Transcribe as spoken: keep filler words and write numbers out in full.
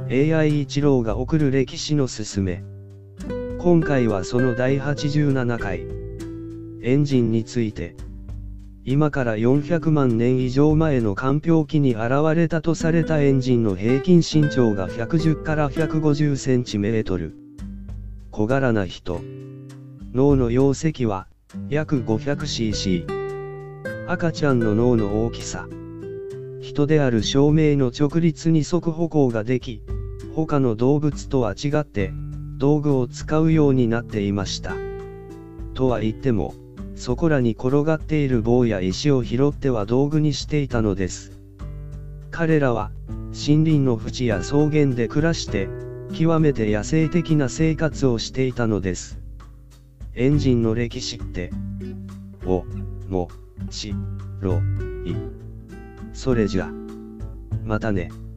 エーアイ 一郎が送る歴史のすすめ。今回はそのだいはちじゅうななかい。エンジンについて。今からよんひゃくまんねん以上前の間氷期に現れたとされたエンジンの平均身長がひゃくじゅうからひゃくごじゅっセンチメートル。小柄な人。脳の容積は約 ごひゃくシーシー。赤ちゃんの脳の大きさ。人である照明の直立二足歩行ができ、他の動物とは違って道具を使うようになっていました。とは言っても、そこらに転がっている棒や石を拾っては道具にしていたのです。彼らは森林の淵や草原で暮らして、極めて野生的な生活をしていたのです。エンジンの歴史って、お、も、し、ろ、い。それじゃ、またね。